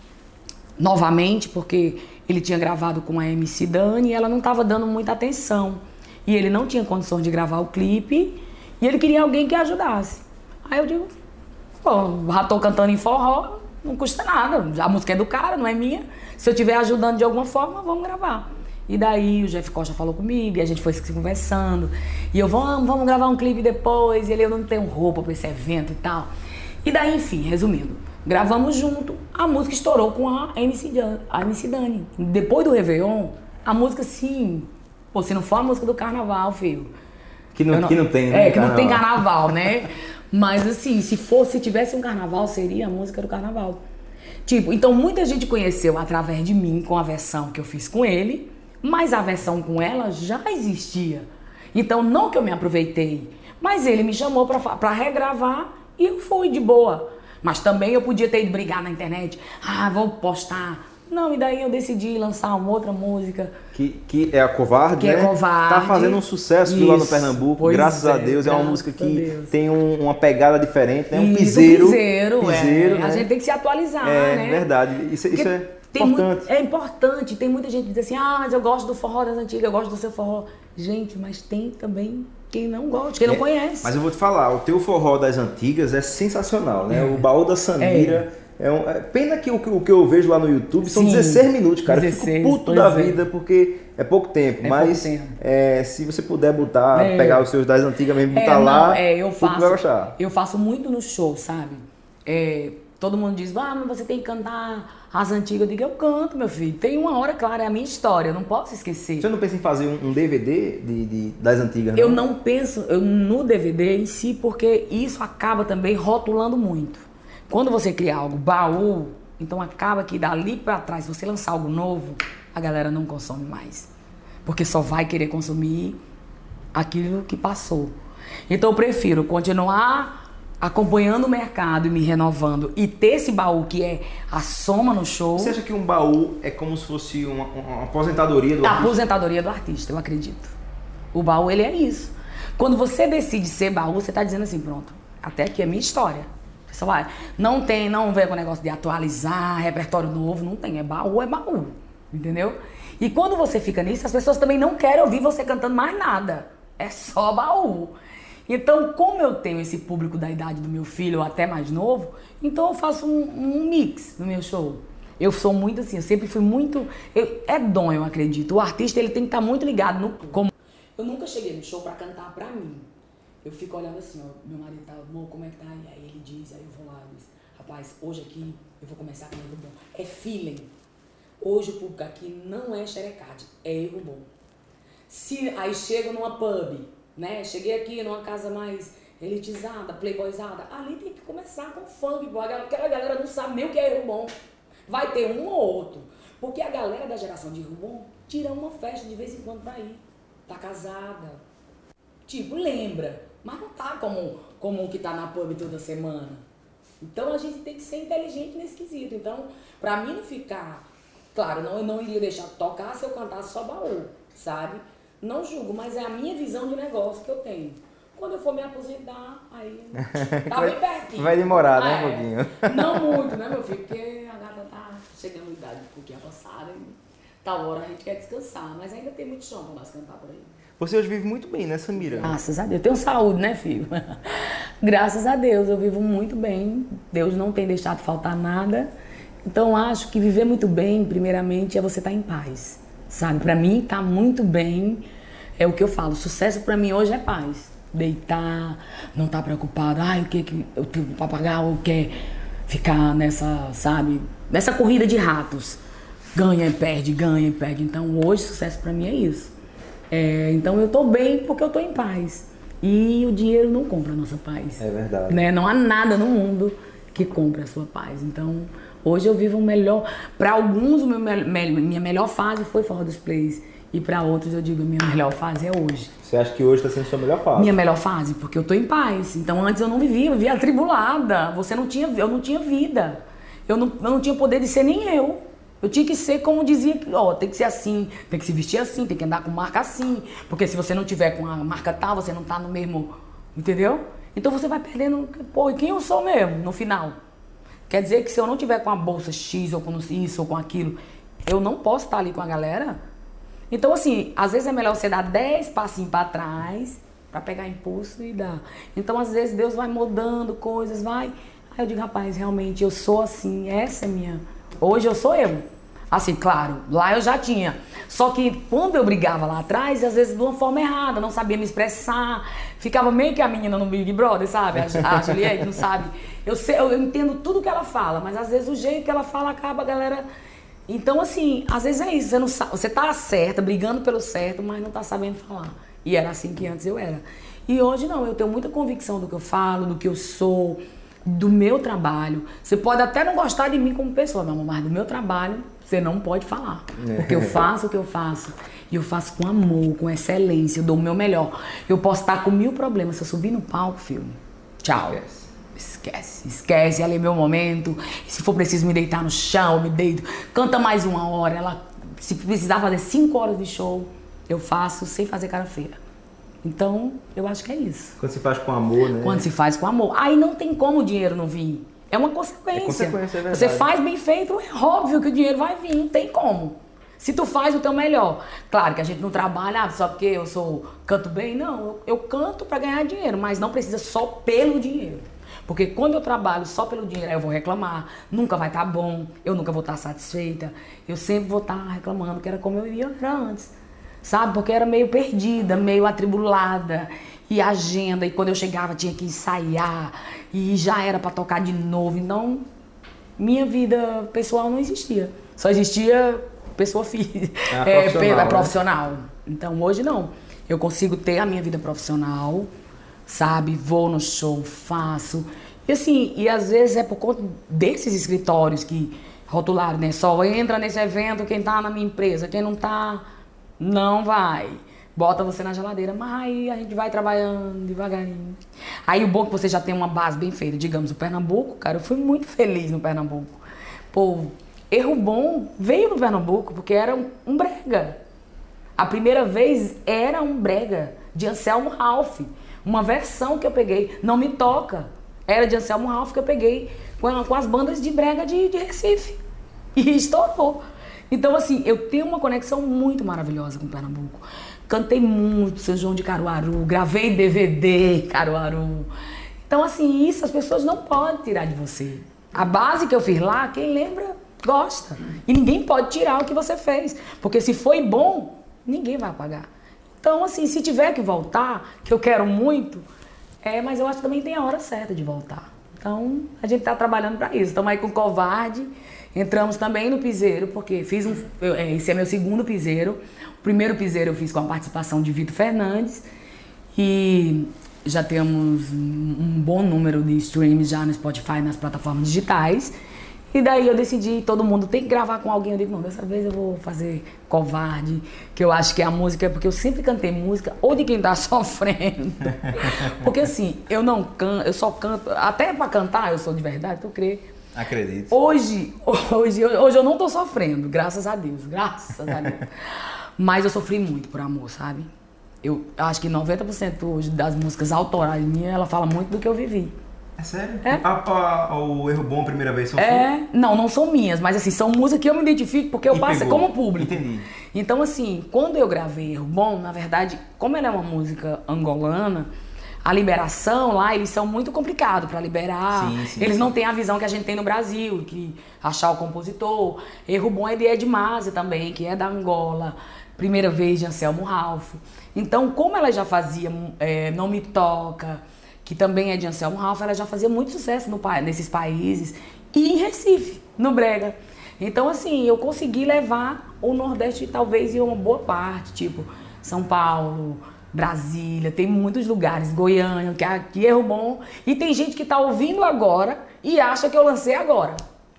novamente, porque ele tinha gravado com a M C Dani e ela não estava dando muita atenção. E ele não tinha condições de gravar o clipe e ele queria alguém que ajudasse. Aí eu digo, pô, já tô cantando em forró, não custa nada. A música é do cara, não é minha. Se eu estiver ajudando de alguma forma, vamos gravar. E daí o Jeff Costa falou comigo e a gente foi se conversando. E eu, vamos, vamos gravar um clipe depois. E ele, eu não tenho roupa para esse evento e tal. E daí, enfim, resumindo, gravamos junto, a música estourou com a M C Dani. A M C Dani. Depois do Réveillon, a música, sim, pô, se não for a música do carnaval, filho. Que não, não, que não tem, né? É, que carnaval. Não tem carnaval, né? Mas assim, se fosse, se tivesse um carnaval, seria a música do carnaval. Tipo, então muita gente conheceu através de mim, com a versão que eu fiz com ele, mas a versão com ela já existia. Então, não que eu me aproveitei, mas ele me chamou pra, pra regravar e eu fui de boa. Mas também eu podia ter ido brigar na internet. Ah, vou postar. Não, e daí eu decidi lançar uma outra música. Que, que é a Covarde, que né? é Covarde. Tá fazendo um sucesso Isso, lá no Pernambuco, graças é, a Deus. É uma música que tem um, uma pegada diferente, né? Um Isso, piseiro. Um piseiro, piseiro é. né? A gente tem que se atualizar, é, né? É verdade. Isso, isso é tem importante. Muito, é importante. Tem muita gente que diz assim, ah, mas eu gosto do forró das antigas, eu gosto do seu forró. Gente, mas tem também quem não gosta, quem é, não conhece. Mas eu vou te falar, o teu forró das antigas é sensacional, né? É. O Baú da Samira... É. É, um, é pena que o, o que eu vejo lá no YouTube são Sim, dezesseis minutos, cara. dezesseis, eu fico puto da é. vida porque é pouco tempo. É mas pouco tempo. É, se você puder botar, é. pegar os seus das antigas mesmo, botar é, não, lá, é, eu faço, vai gostar. Eu faço muito no show, sabe? É, todo mundo diz, ah, mas você tem que cantar as antigas. Eu digo, eu canto, meu filho. Tem uma hora, claro, é a minha história, eu não posso esquecer. Você não pensa em fazer um, um D V D de, de, das antigas, não? Eu não penso eu, no D V D em si, porque isso acaba também rotulando muito. Quando você cria algo baú, então acaba que dali pra trás, se você lançar algo novo, a galera não consome mais. Porque só vai querer consumir aquilo que passou. Então eu prefiro continuar acompanhando o mercado e me renovando e ter esse baú que é a soma no show. Você acha que um baú é como se fosse uma, uma aposentadoria do a artista? A aposentadoria do artista, eu acredito. O baú, ele é isso. Quando você decide ser baú, você tá dizendo assim, pronto, até aqui é minha história. Vai. Não tem, não vem com o negócio de atualizar, repertório novo, não tem, é baú, é baú, entendeu? E quando você fica nisso, as pessoas também não querem ouvir você cantando mais nada, é só baú. Então, como eu tenho esse público da idade do meu filho, ou até mais novo, então eu faço um, um mix no meu show. Eu sou muito assim, eu sempre fui muito, eu, é dom, eu acredito, o artista ele tem que estar muito ligado no como. Eu nunca cheguei no show pra cantar pra mim. Eu fico olhando assim, ó, meu marido tá, amor, como é que tá? E aí ele diz, aí eu vou lá e diz, rapaz, hoje aqui eu vou começar com erro bom. É feeling. Hoje o público aqui não é xerecade, é erro bom. Se aí chego numa pub, né? Cheguei aqui numa casa mais elitizada, playboyzada. Ali tem que começar com funk, pô. Aquela galera não sabe nem o que é erro bom. Vai ter um ou outro. Porque a galera da geração de erro bom tira uma festa de vez em quando pra ir. Tá casada. Tipo, lembra. Mas não tá como, como o que tá na pub toda semana. Então a gente tem que ser inteligente nesse quesito. Então, pra mim não ficar... Claro, não, eu não iria deixar tocar se eu cantasse só baú, sabe? Não julgo, mas é a minha visão de negócio que eu tenho. Quando eu for me aposentar, aí tá bem pertinho. Vai demorar, ah, né, é. um pouquinho? Não muito, né, meu filho? Porque a gata tá chegando em idade um pouquinho avançada e tal hora a gente quer descansar. Mas ainda tem muito chão pra nós cantar por aí. Você hoje vive muito bem, né, Samira? Graças a Deus. Eu tenho saúde, né, filho? Graças a Deus, eu vivo muito bem. Deus não tem deixado faltar nada. Então, acho que viver muito bem, primeiramente, é você estar em paz, sabe? Pra mim, tá muito bem, é o que eu falo. Sucesso pra mim hoje é paz. Deitar, não estar tá preocupado. Ai, o que que eu tenho pra pagar? Ou quer ficar nessa, sabe? Nessa corrida de ratos. Ganha e perde, ganha e perde. Então, hoje, sucesso pra mim é isso. É, então, eu tô bem porque eu tô em paz. E o dinheiro não compra a nossa paz. É verdade. Né? Não há nada no mundo que compre a sua paz. Então... Hoje eu vivo o melhor, para alguns o meu, minha melhor fase foi Forró dos Plays e para outros eu digo minha melhor fase é hoje. Você acha que hoje está sendo sua melhor fase? Minha melhor fase, porque eu tô em paz. Então antes eu não vivia, eu vivia atribulada. Você não tinha, eu não tinha vida. Eu não, eu não tinha poder de ser nem eu. Eu tinha que ser como dizia, ó, tem que ser assim, tem que se vestir assim, tem que andar com marca assim, porque se você não tiver com a marca tal, você não tá no mesmo, entendeu? Então você vai perdendo, pô, e quem eu sou mesmo no final? Quer dizer que se eu não tiver com a bolsa X ou com isso ou com aquilo, eu não posso estar ali com a galera? Então, assim, às vezes é melhor você dar dez passinhos para trás para pegar impulso e dar. Então, às vezes, Deus vai mudando coisas, vai... Aí eu digo, rapaz, realmente, eu sou assim, essa é minha... Hoje eu sou eu. Assim, claro, lá eu já tinha. Só que quando eu brigava lá atrás, às vezes de uma forma errada, não sabia me expressar. Ficava meio que a menina no Big Brother, sabe? A, a Juliette, não sabe? Eu, sei, eu, eu entendo tudo que ela fala, mas às vezes o jeito que ela fala acaba a galera... Então, assim, às vezes é isso. Você, não sabe, você tá certa, brigando pelo certo, mas não tá sabendo falar. E era assim que antes eu era. E hoje não, eu tenho muita convicção do que eu falo, do que eu sou, do meu trabalho. Você pode até não gostar de mim como pessoa, meu amor, mas do meu trabalho você não pode falar. Porque eu faço o que eu faço. E eu faço com amor, com excelência, eu dou o meu melhor. Eu posso estar com mil problemas. Se eu subir no palco, filho, tchau. Esquece. Esquece, esquece, ali é meu momento. Se for preciso me deitar no chão, eu me deito. Canta mais uma hora. Ela, se precisar fazer cinco horas de show, eu faço sem fazer cara feia. Então, eu acho que é isso. Quando se faz com amor, né? Quando se faz com amor. Aí não tem como o dinheiro não vir. É uma consequência. É consequência, é verdade. Você faz bem feito, é óbvio que o dinheiro vai vir. Não tem como. Se tu faz o teu melhor. Claro que a gente não trabalha só porque eu sou canto bem. Não, eu, eu canto para ganhar dinheiro, mas não precisa só pelo dinheiro. Porque quando eu trabalho só pelo dinheiro, aí eu vou reclamar, nunca vai estar bom, eu nunca vou estar satisfeita, eu sempre vou estar reclamando que era como eu ia antes, sabe? Porque eu era meio perdida, meio atribulada, e agenda, e quando eu chegava tinha que ensaiar, e já era para tocar de novo, então minha vida pessoal não existia, só existia pessoa física, é, é, profissional, profissional. Né? Então hoje não, eu consigo ter a minha vida profissional, sabe, vou no show, faço. E assim, e às vezes é por conta desses escritórios que rotularam, né? Só entra nesse evento quem tá na minha empresa, quem não tá, não vai. Bota você na geladeira, mas aí a gente vai trabalhando devagarinho. Aí o bom é que você já tem uma base bem feita. Digamos, o Pernambuco, cara, eu fui muito feliz no Pernambuco. Pô, Erro Bom veio no Pernambuco porque era um, um brega. A primeira vez era um brega de Anselmo Ralph. Uma versão que eu peguei, Não Me Toca, era de Anselmo Ralph que eu peguei com, com as bandas de brega de, de Recife. E estourou. Então, assim, eu tenho uma conexão muito maravilhosa com Pernambuco. Cantei muito São João de Caruaru, gravei D V D Caruaru. Então, assim, isso as pessoas não podem tirar de você. A base que eu fiz lá, quem lembra, gosta. E ninguém pode tirar o que você fez. Porque se foi bom, ninguém vai apagar. Então, assim, se tiver que voltar, que eu quero muito, é, mas eu acho que também tem a hora certa de voltar. Então, a gente tá trabalhando para isso. Estamos aí com o Covarde, entramos também no piseiro, porque fiz um, esse é meu segundo piseiro. O primeiro piseiro eu fiz com a participação de Vitor Fernandes. E já temos um bom número de streams já no Spotify, nas plataformas digitais. E daí eu decidi, todo mundo tem que gravar com alguém. Eu digo, não, dessa vez eu vou fazer Covarde, que eu acho que é a música, porque eu sempre cantei música ou de quem tá sofrendo. Porque assim, eu não canto, eu só canto, até pra cantar eu sou de verdade, eu creio. Acredito. Hoje, hoje, hoje eu não tô sofrendo, graças a Deus, graças a Deus. Mas eu sofri muito por amor, sabe? Eu acho que noventa por cento hoje das músicas autorais minhas, ela fala muito do que eu vivi. É sério? É. A, a, o Erro Bom, a primeira vez, são É, suas? não, não são minhas, mas assim, são músicas que eu me identifico porque eu E passo pegou. como público. Entendi. Então assim, quando eu gravei Erro Bom, na verdade, como ela é uma música angolana, a liberação lá, eles são muito complicados para liberar. Sim, sim, eles sim. não têm a visão que a gente tem no Brasil, que achar o compositor. Erro Bom é de Ed Mase também, que é da Angola. Primeira vez de Anselmo Ralph. Então, como ela já fazia é, Não Me Toca, que também é de Anselmo Ralph, ela já fazia muito sucesso no, nesses países. E em Recife, no Brega. Então, assim, eu consegui levar o Nordeste talvez em uma boa parte. Tipo, São Paulo, Brasília, tem muitos lugares. Goiânia, que aqui é Erro Bom. E tem gente que tá ouvindo agora e acha que eu lancei agora.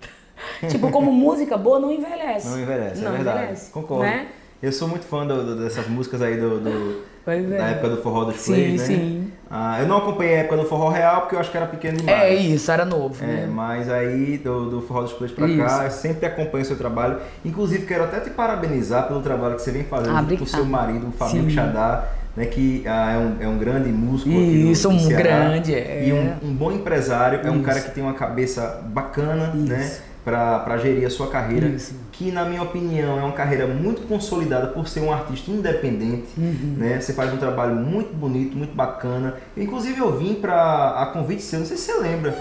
Tipo, como música boa não envelhece. Não envelhece, não é verdade. Envelhece, Concordo. né? Eu sou muito fã do, do, dessas músicas aí do, do, Pois é. da época do forró dos Sim, plays, né? sim. Ah, eu não acompanhei a época do forró real porque eu acho que era pequeno demais. É isso, era novo, É, né? mas aí do, do forró dos plays pra Isso. cá, eu sempre acompanho o seu trabalho. Inclusive, quero até te parabenizar pelo trabalho que você vem fazendo Ah, junto com o seu obrigada. marido, o Fabinho Sim. Xadá, né, que ah, é, um, é um grande músico aqui Isso, no, no um Ceará, grande, é. e um, um bom empresário, é um Isso. cara que tem uma cabeça bacana, Isso. né, pra, pra gerir a sua carreira, Isso. que na minha opinião é uma carreira muito consolidada por ser um artista independente, Uhum. né, você faz um trabalho muito bonito, muito bacana. Inclusive eu vim pra, a convite seu, não sei se você lembra,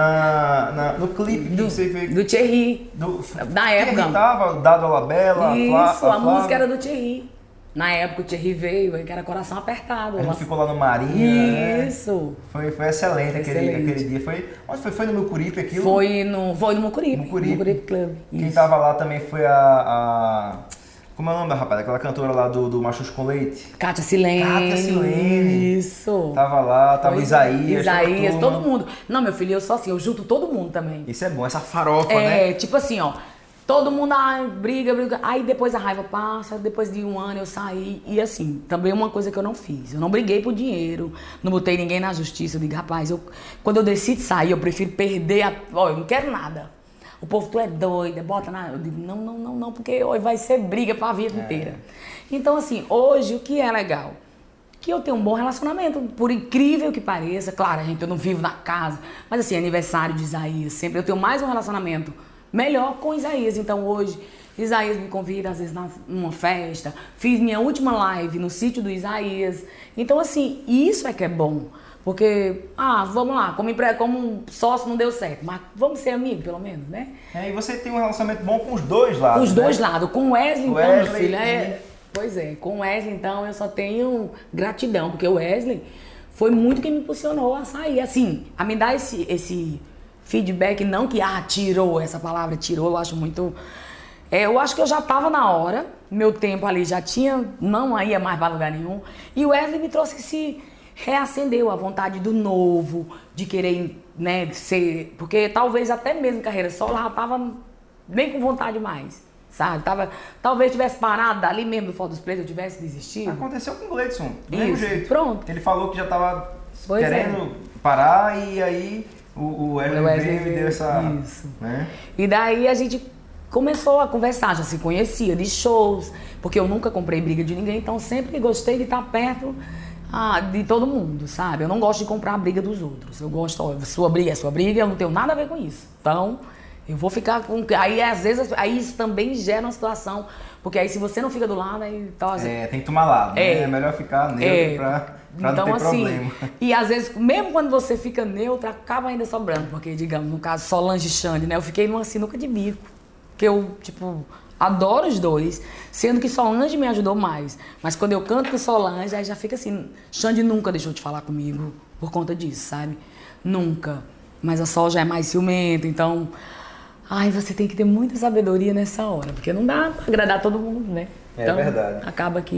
na, na, no clipe que Do, você fez. do Thierry. Do, Na época. Thierry tava, Dado a Labela, Isso, Flá, a, Flávia. música era do Thierry. Na época o Thierry veio, que era Coração Apertado. A gente Nossa. ficou lá no Marinha, né? Isso. Foi, foi excelente, Aquele, Excelente. aquele dia. Foi, onde foi? Foi no Mucuripe aquilo? Foi no, foi no Mucuripe. Mucuripe. Mucuripe Club. Quem Isso. tava lá também foi a... a como é o nome da rapaz? Aquela cantora lá do, do Machus com Leite. Cátia Silene. Cátia Silene. Isso. Tava lá, tava o Foi Isaías. Isaías, tava a turma. todo mundo. Não, meu filho, eu sou assim, eu junto todo mundo também. Isso é bom, essa farofa, É, né? tipo assim, ó. Todo mundo ai, briga, briga. Aí depois a raiva passa, depois de um ano eu saí. E assim, também uma coisa que eu não fiz. Eu não briguei por dinheiro, não botei ninguém na justiça. Eu digo, rapaz, eu, quando eu decido sair, eu prefiro perder a. Ó, eu não quero nada. O povo, tu é doida, bota na. Eu digo, não, não, não, não, porque hoje vai ser briga pra vida inteira. Então, assim, hoje o que é legal? Que eu tenho um bom relacionamento, por incrível que pareça. Claro, gente, eu não vivo na casa, mas assim, aniversário de Isaías, sempre eu tenho mais um relacionamento melhor com Isaías. Então hoje, Isaías me convida às vezes na, numa festa, fiz minha última live no sítio do Isaías. Então assim, isso é que é bom. Porque, ah, vamos lá, como, empre... como sócio não deu certo, mas vamos ser amigos pelo menos, né? É, e você tem um relacionamento bom com os dois lados, Com os né? dois lados. Com o Wesley, O então, meu Wesley filho, é... e- Pois é, com o Wesley, então, eu só tenho gratidão, porque o Wesley foi muito que me impulsionou a sair, assim, a me dar esse, esse feedback, não que, ah, tirou, essa palavra tirou, eu acho muito... É, eu acho que eu já tava na hora, meu tempo ali já tinha, não ia mais para lugar nenhum, e o Wesley me trouxe esse... reacendeu a vontade do novo, de querer, né, ser... Porque talvez até mesmo carreira solo, eu já tava bem com vontade mais, sabe? Tava, talvez tivesse parado ali mesmo do Fora dos Plays, eu tivesse desistido. Aconteceu com o Gleidson, do mesmo Isso, jeito. pronto. Ele falou que já tava Pois querendo é. parar e aí o, o Wesley, O Wesley veio e veio, deu essa... isso. Né? E daí a gente começou a conversar, já se conhecia de shows, porque eu nunca comprei briga de ninguém, então sempre gostei de estar perto ah, de todo mundo, sabe? Eu não gosto de comprar a briga dos outros. Eu gosto, ó, sua briga é sua briga, eu não tenho nada a ver com isso. Então, eu vou ficar com... Aí, às vezes, aí isso também gera uma situação, porque aí se você não fica do lado, aí... Então, às vezes, É, tem que tomar lado, né? É. É melhor ficar neutro É. pra, pra então, não ter assim, problema. e às vezes, mesmo quando você fica neutro, acaba ainda sobrando. Porque, digamos, no caso, Solange e Xande, né? Eu fiquei numa sinuca de bico. Que eu, tipo, adoro os dois. Sendo que Solange me ajudou mais. Mas quando eu canto com Solange, aí já fica assim... Xande nunca deixou de falar comigo por conta disso, sabe? Nunca. Mas a Sol já é mais ciumenta, então... Ai, você tem que ter muita sabedoria nessa hora. Porque não dá pra agradar todo mundo, né? É Então, verdade. acaba que...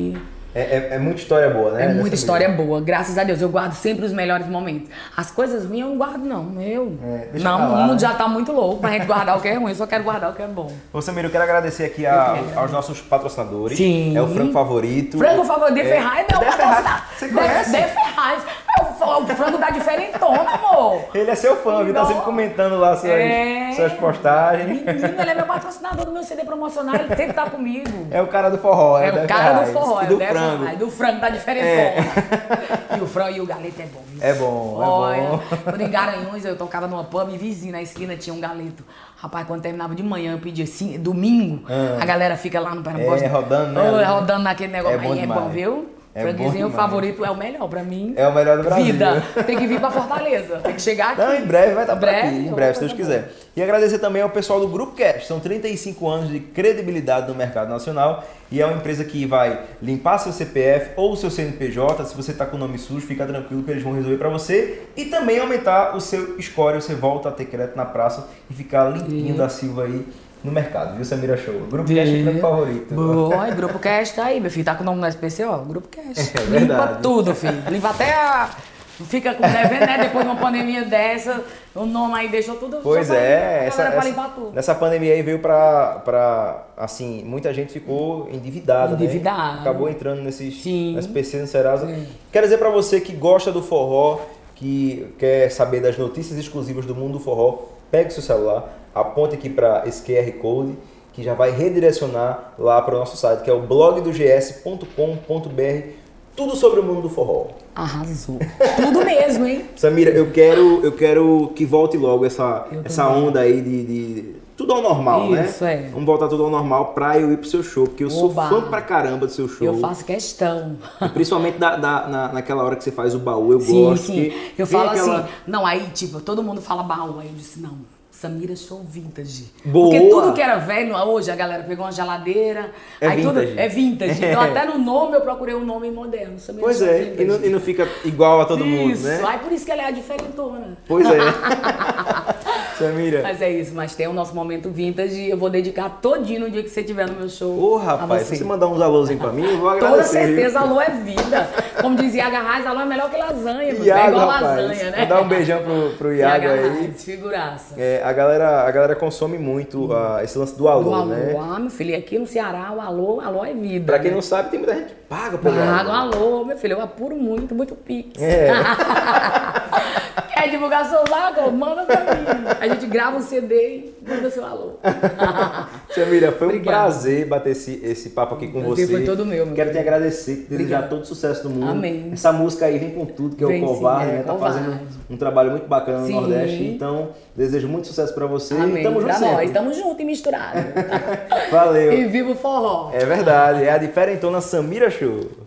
É, é, é muita história boa, né? É muita Nessa história vida. boa, graças a Deus. Eu guardo sempre os melhores momentos. As coisas ruins eu não guardo, não. Eu. É, deixa não, pra lá, o mundo né? já tá muito louco pra gente guardar o que é ruim. Eu só quero guardar o que é bom. Ô, Samira, eu quero agradecer aqui a, aos nossos patrocinadores. Sim. É o Frango Favorito. Frango favorito de é, Ferraz, meu De patrocinador. Ferraz. Você conhece? De, de Ferraz. É o, o frango da diferentona, amor. Ele é seu fã, viu? Tá sempre comentando lá suas, É. suas postagens. Menino, ele é meu patrocinador do meu C D promocional, ele sempre tá comigo. É o cara do forró, é, É o o cara Ferraz. do forró, E é do o Def frango. Ferraz, do frango da diferentona. E o frango e o galeto é bom. Viu? É bom, é Olha, bom. quando em Garanhuns eu tocava numa pub e vizinho na esquina tinha um galeto. Rapaz, quando terminava de manhã, eu pedia assim, domingo, Ah. a galera fica lá no Pernambuco. É, rodando, né? Oh, rodando naquele negócio. É bom Aí é demais. bom, viu? É Franguezinho bom demais. favorito é o melhor pra mim. É o melhor do Brasil. Vida. Tem que vir pra Fortaleza. Tem que chegar aqui. Não, em breve vai estar por Breve, aqui, em eu breve, se vou Deus fazer quiser. E agradecer também ao pessoal do Grupo Cast. São trinta e cinco anos de credibilidade no mercado nacional e é uma empresa que vai limpar seu C P F ou seu C N P J. Se você está com o nome sujo, fica tranquilo que eles vão resolver para você e também aumentar o seu score. Você volta a ter crédito na praça e ficar limpinho E... da Silva aí no mercado, viu, Samira Show? Grupo Cast é o meu favorito. Boa, Grupo Cast tá aí, meu filho. Tá com o nome no S P C, ó. Grupo Cast. É Limpa verdade. tudo, filho. Limpa até a... Fica com devendo, né? Depois de uma pandemia dessa, o nome aí deixou tudo... Pois só pra- é, pra essa, galera pra essa- limpar tudo. nessa pandemia aí veio pra, pra, assim, muita gente ficou endividada, Endividada. né? Acabou entrando nesses Sim. S P C no Serasa. Sim. Quero dizer pra você que gosta do forró, que quer saber das notícias exclusivas do mundo do forró, pegue seu celular, aponte aqui pra esse Q R Code, que já vai redirecionar lá para o nosso site, que é o blog do g s ponto com ponto b r, tudo sobre o mundo do forró. Arrasou. Tudo mesmo, hein? Samira, eu quero, eu quero que volte logo essa, Eu essa também. onda aí de, de tudo ao normal, Isso, né? é. Vamos voltar tudo ao normal pra eu ir pro seu show, porque eu sou Oba. fã pra caramba do seu show. Eu faço questão. E principalmente da, da- na, naquela hora que você faz o baú, eu Sim, gosto. sim. porque Eu vem falo aquela- assim, não, aí tipo, todo mundo fala baú, aí eu disse, não, Samira Show Vintage. Boa. Porque tudo que era velho, hoje a galera pegou uma geladeira, É aí tudo vintage. é vintage. É. Então até no nome eu procurei um nome moderno, Samira Pois Show é, Vintage. e não, e não fica igual a todo mundo, Isso, né? aí por isso que ela é a diferentona. Pois é. Samira. Mas é isso, mas tem o nosso momento vintage e eu vou dedicar todinho no dia que você estiver no meu show. Ô, a rapaz, você. se você mandar uns alôzinhos pra mim, eu vou agradecer. Toda certeza, viu? alô é vida. Como dizia Iaga Reis, alô é melhor que lasanha, meu. É Iago, igual rapaz. lasanha, né? Vou dar um beijão pro, pro Iago Iaga aí. Reis, figuraça. É, a, galera, a galera consome muito ah, esse lance do alô, Do alô, né? ah, meu filho, e aqui no Ceará, o alô, alô é vida. Pra quem né? não sabe, tem muita gente que paga por Pago alô, meu filho, eu apuro muito, muito pix. É. Quer divulgação lá, manda pra mim. A gente grava um C D e manda seu alô. Samira, foi um Obrigada. prazer bater esse, esse papo aqui com Prazer você. foi todo meu, meu Quero te querido. agradecer, desejar Obrigada. todo o sucesso do mundo. Amém. Essa música aí vem com tudo, que é Vem o sim, Covarde, é, né? Tá Covarde. fazendo um trabalho muito bacana no Sim. Nordeste. Então, desejo muito sucesso pra você Amém. e tamo junto Pra sempre. nós, tamo junto e misturado. Valeu. E viva o forró. É verdade, é a diferentona Samira Show.